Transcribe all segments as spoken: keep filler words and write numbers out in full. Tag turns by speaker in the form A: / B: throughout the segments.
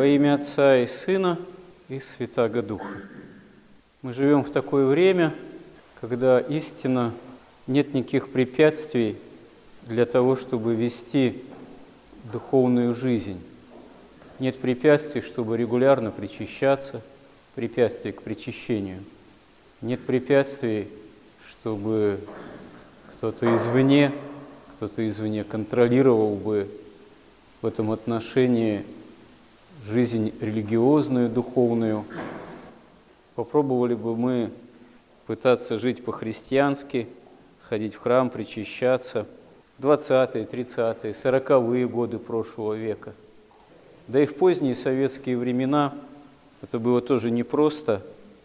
A: имя Отца и Сына и Святаго Духа. Мы живем в такое время, когда истинно нет никаких препятствий для того, чтобы вести духовную жизнь. Нет препятствий, чтобы регулярно причащаться, препятствий к причащению. Нет препятствий, чтобы кто-то извне, кто-то извне контролировал бы в этом отношении жизнь религиозную, духовную. Попробовали бы мы пытаться жить по-христиански, ходить в храм, причащаться. двадцатые, тридцатые, сороковые годы прошлого века. Да и в поздние советские времена это было тоже непросто,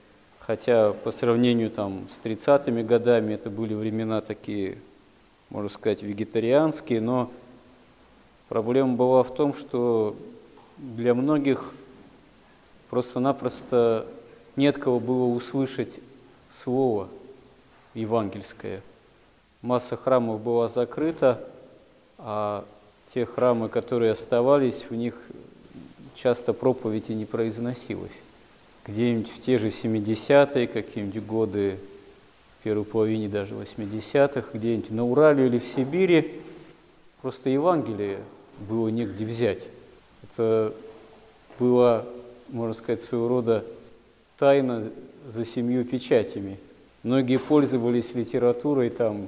A: хотя по сравнению там, с тридцатыми годами это были времена такие, можно сказать, вегетарианские, но проблема была в том, что для многих просто-напросто не от кого было услышать слово евангельское. Масса храмов была закрыта, а те храмы, которые оставались, в них часто проповедь и не произносилась. Где-нибудь в те же семидесятые, какие-нибудь годы, в первой половине даже восьмидесятых, где-нибудь на Урале или в Сибири, просто Евангелие было негде взять. Это была, можно сказать, своего рода тайна за семью печатями. Многие пользовались литературой там,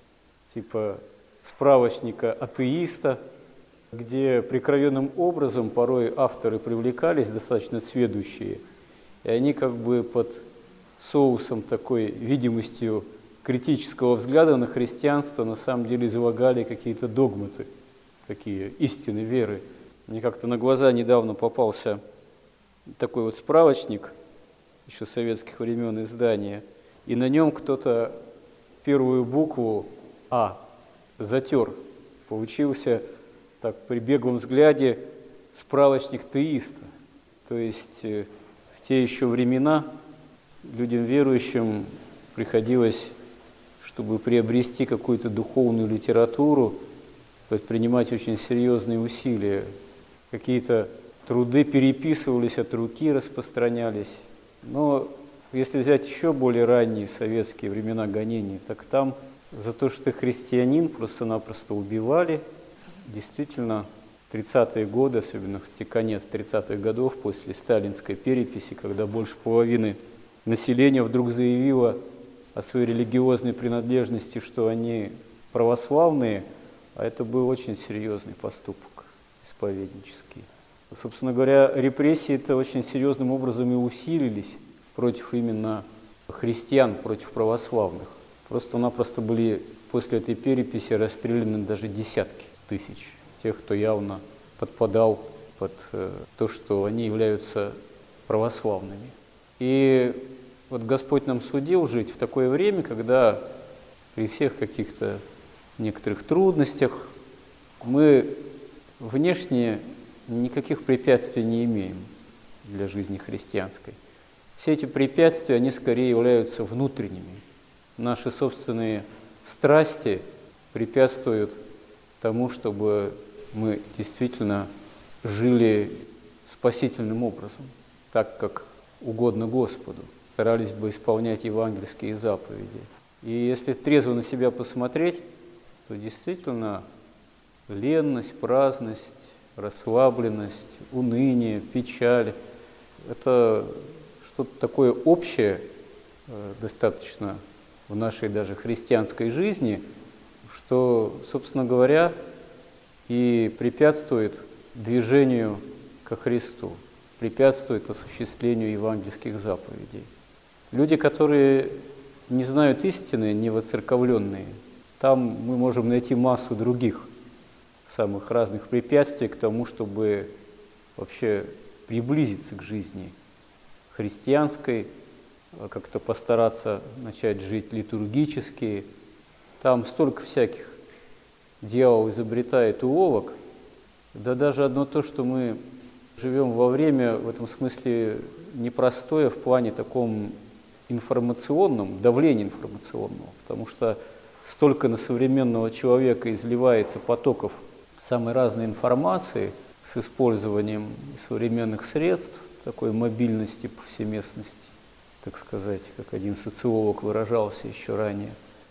A: типа справочника атеиста, где прикровенным образом порой авторы привлекались, достаточно сведущие, и они как бы под соусом такой видимостью критического взгляда на христианство на самом деле излагали какие-то догматы, такие истины веры. Мне как-то на глаза недавно попался такой вот справочник, еще советских времен издания, и на нем кто-то первую букву «А» затер. Получился так при беглом взгляде справочник теиста. То есть в те еще времена людям верующим приходилось, чтобы приобрести какую-то духовную литературу, предпринимать очень серьезные усилия. Какие-то труды переписывались от руки, распространялись. Но если взять еще более ранние советские времена гонений, так там за то, что ты христианин, просто-напросто убивали. Действительно, тридцатые годы, особенно конец тридцатых годов, после сталинской переписи, когда больше половины населения вдруг заявило о своей религиозной принадлежности, что они православные, а это был очень серьезный поступок исповеднический. Собственно говоря, репрессии-то очень серьезным образом и усилились против именно христиан, против православных. Просто-напросто были после этой переписи расстреляны даже десятки тысяч тех, кто явно подпадал под э, то, что они являются православными. И вот Господь нам судил жить в такое время, когда при всех каких-то некоторых трудностях мы внешне никаких препятствий не имеем для жизни христианской. Все эти препятствия, они скорее являются внутренними. Наши собственные страсти препятствуют тому, чтобы мы действительно жили спасительным образом, так как угодно Господу, старались бы исполнять евангельские заповеди. И если трезво на себя посмотреть, то действительно ленность, праздность, расслабленность, уныние, печаль – это что-то такое общее, достаточно в нашей даже христианской жизни, что, собственно говоря, и препятствует движению ко Христу, препятствует осуществлению евангельских заповедей. Люди, которые не знают истины, не воцерковленные, там мы можем найти массу других самых разных препятствий к тому, чтобы вообще приблизиться к жизни христианской, как-то постараться начать жить литургически. Там столько всяких дьявол изобретает уловок. Да даже одно то, что мы живем во время, в этом смысле, непростое в плане таком информационном, давления информационного, потому что столько на современного человека изливается потоков самой разной информации, с использованием современных средств, такой мобильности, повсеместности, так сказать, как один социолог выражался еще ранее.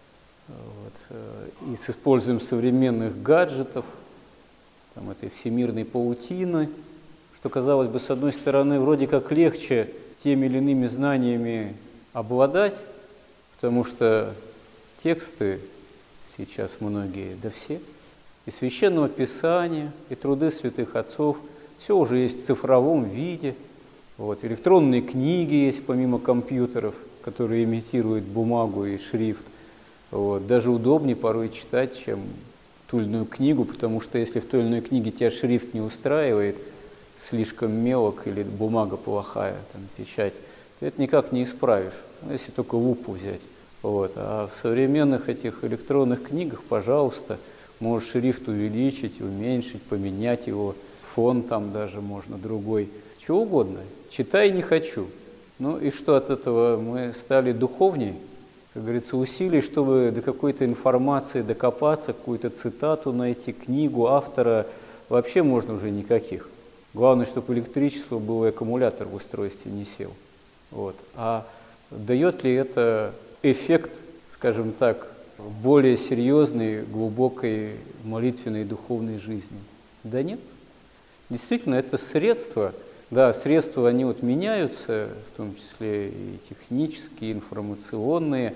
A: Вот. И с использованием современных гаджетов, там, этой всемирной паутины, что, казалось бы, с одной стороны, вроде как легче теми или иными знаниями обладать, потому что тексты сейчас многие, да все, и Священного Писания, и труды святых отцов, все уже есть в цифровом виде. Вот. Электронные книги есть помимо компьютеров, которые имитируют бумагу и шрифт. Вот. Даже удобнее порой читать, чем ту или иную книгу, потому что если в той или иной книге тебя шрифт не устраивает, слишком мелок или бумага плохая, там, печать, ты это никак не исправишь, если только лупу взять. Вот. А в современных этих электронных книгах, пожалуйста, можешь шрифт увеличить, уменьшить, поменять его, фон там даже можно другой, чего угодно. Читай не хочу. Ну и что от этого? Мы стали духовней, как говорится, усилий, чтобы до какой-то информации докопаться, какую-то цитату найти, книгу автора, вообще можно уже никаких. Главное, чтобы электричество было, и аккумулятор в устройстве не сел. Вот. А дает ли это эффект, скажем так, более серьезной, глубокой молитвенной духовной жизни? Да нет. Действительно, это средства, да, средства, они вот меняются, в том числе и технические, и информационные,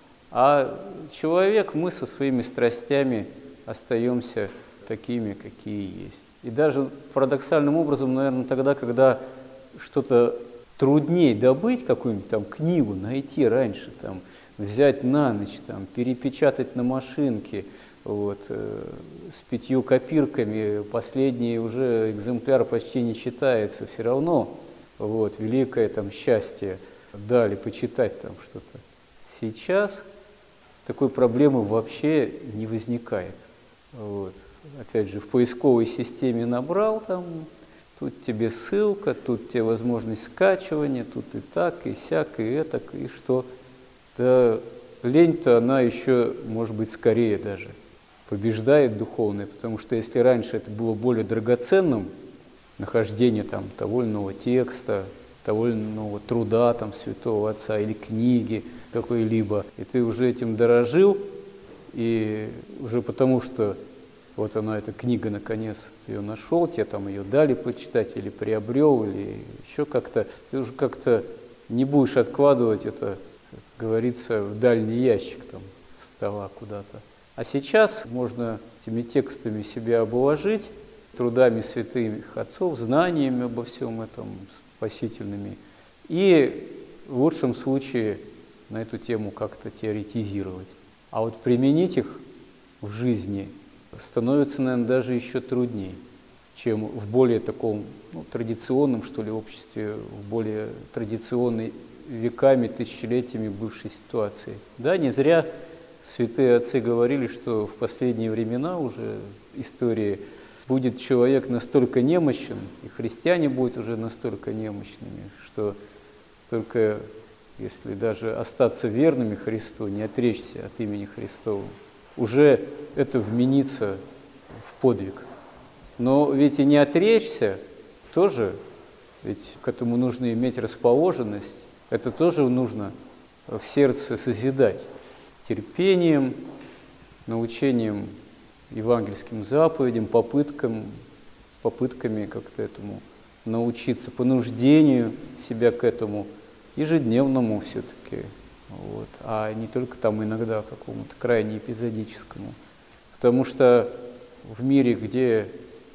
A: а человек, мы со своими страстями остаемся такими, какие есть. И даже парадоксальным образом, наверное, тогда, когда что-то труднее добыть, какую-нибудь там книгу найти раньше, там, взять на ночь, там, перепечатать на машинке, вот, э, с пятью копирками, последний уже экземпляр почти не читается, все равно вот, великое там счастье дали почитать там что-то. Сейчас такой проблемы вообще не возникает. Вот. Опять же, в поисковой системе набрал там, тут тебе ссылка, тут тебе возможность скачивания, тут и так, и сяк, и этак, и что. Да лень-то она еще, может быть, скорее даже побеждает духовное, потому что если раньше это было более драгоценным, нахождение там того или иного текста, того или иного труда там святого отца или книги какой-либо, и ты уже этим дорожил, и уже потому что вот она, эта книга, наконец, ты ее нашел, тебе там ее дали почитать, или приобрел, или еще как-то, ты уже как-то не будешь откладывать это, как говорится, в дальний ящик там стола куда-то. А сейчас можно этими текстами себя обложить, трудами святых отцов, знаниями обо всем этом, спасительными, и в лучшем случае на эту тему как-то теоретизировать. А вот применить их в жизни становится, наверное, даже еще труднее, чем в более таком, ну, традиционном, что ли, обществе, в более традиционной, веками, тысячелетиями бывшей ситуации. Да, не зря святые отцы говорили, что в последние времена уже истории будет человек настолько немощен, и христиане будут уже настолько немощными, что только если даже остаться верными Христу, не отречься от имени Христова, уже это вменится в подвиг. Но ведь и не отречься тоже, ведь к этому нужно иметь расположенность, это тоже нужно в сердце созидать терпением, научением евангельским заповедям, попыткам, попытками как-то этому научиться, понуждению себя к этому, ежедневному все-таки, вот, а не только там иногда какому-то крайне эпизодическому. Потому что в мире, где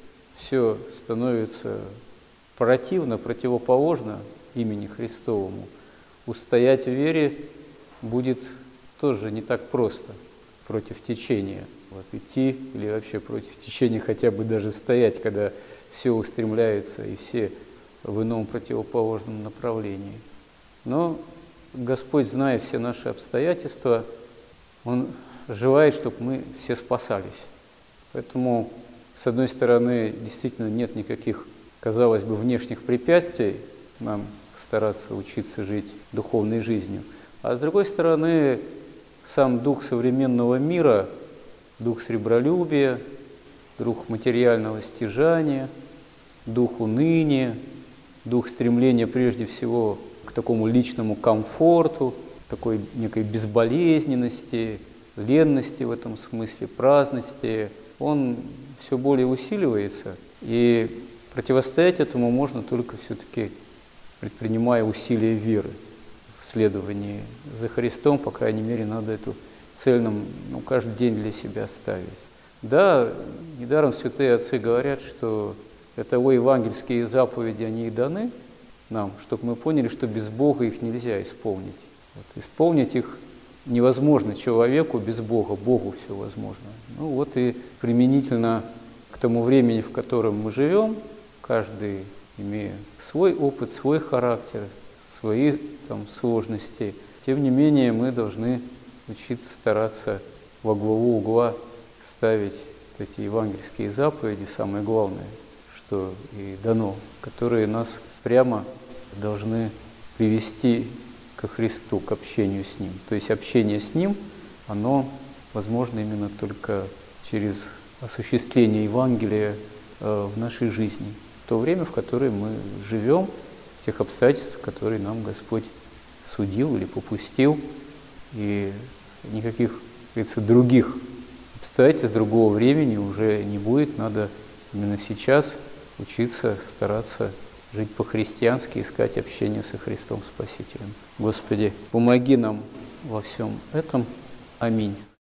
A: все становится противно, противоположно имени Христовому, устоять в вере будет тоже не так просто против течения. Вот, идти или вообще против течения хотя бы даже стоять, когда все устремляется и все в ином противоположном направлении. Но Господь, зная все наши обстоятельства, Он желает, чтобы мы все спасались. Поэтому, с одной стороны, действительно нет никаких, казалось бы, внешних препятствий нам стараться учиться жить духовной жизнью. А с другой стороны, сам дух современного мира, дух сребролюбия, дух материального стяжания, дух уныния, дух стремления прежде всего к такому личному комфорту, такой некой безболезненности, ленности в этом смысле, праздности, он все более усиливается. И противостоять этому можно только все-таки предпринимая усилия веры в следовании за Христом. По крайней мере, надо эту цель нам ну, каждый день для себя ставить. Да, недаром святые отцы говорят, что это евангельские заповеди, они и даны нам, чтобы мы поняли, что без Бога их нельзя исполнить. Вот, исполнить их невозможно человеку без Бога, Богу все возможно. Ну вот и применительно к тому времени, в котором мы живем, каждый, имея свой опыт, свой характер, свои там, сложности, тем не менее мы должны учиться стараться во главу угла ставить эти евангельские заповеди, самое главное, что и дано, которые нас прямо должны привести ко Христу, к общению с Ним. То есть общение с Ним, оно возможно именно только через осуществление Евангелия в нашей жизни, в то время, в которое мы живем, в тех обстоятельствах, которые нам Господь судил или попустил, и никаких, как говорится, других обстоятельств, другого времени уже не будет. Надо именно сейчас учиться, стараться жить по-христиански, искать общение со Христом Спасителем. Господи, помоги нам во всем этом. Аминь.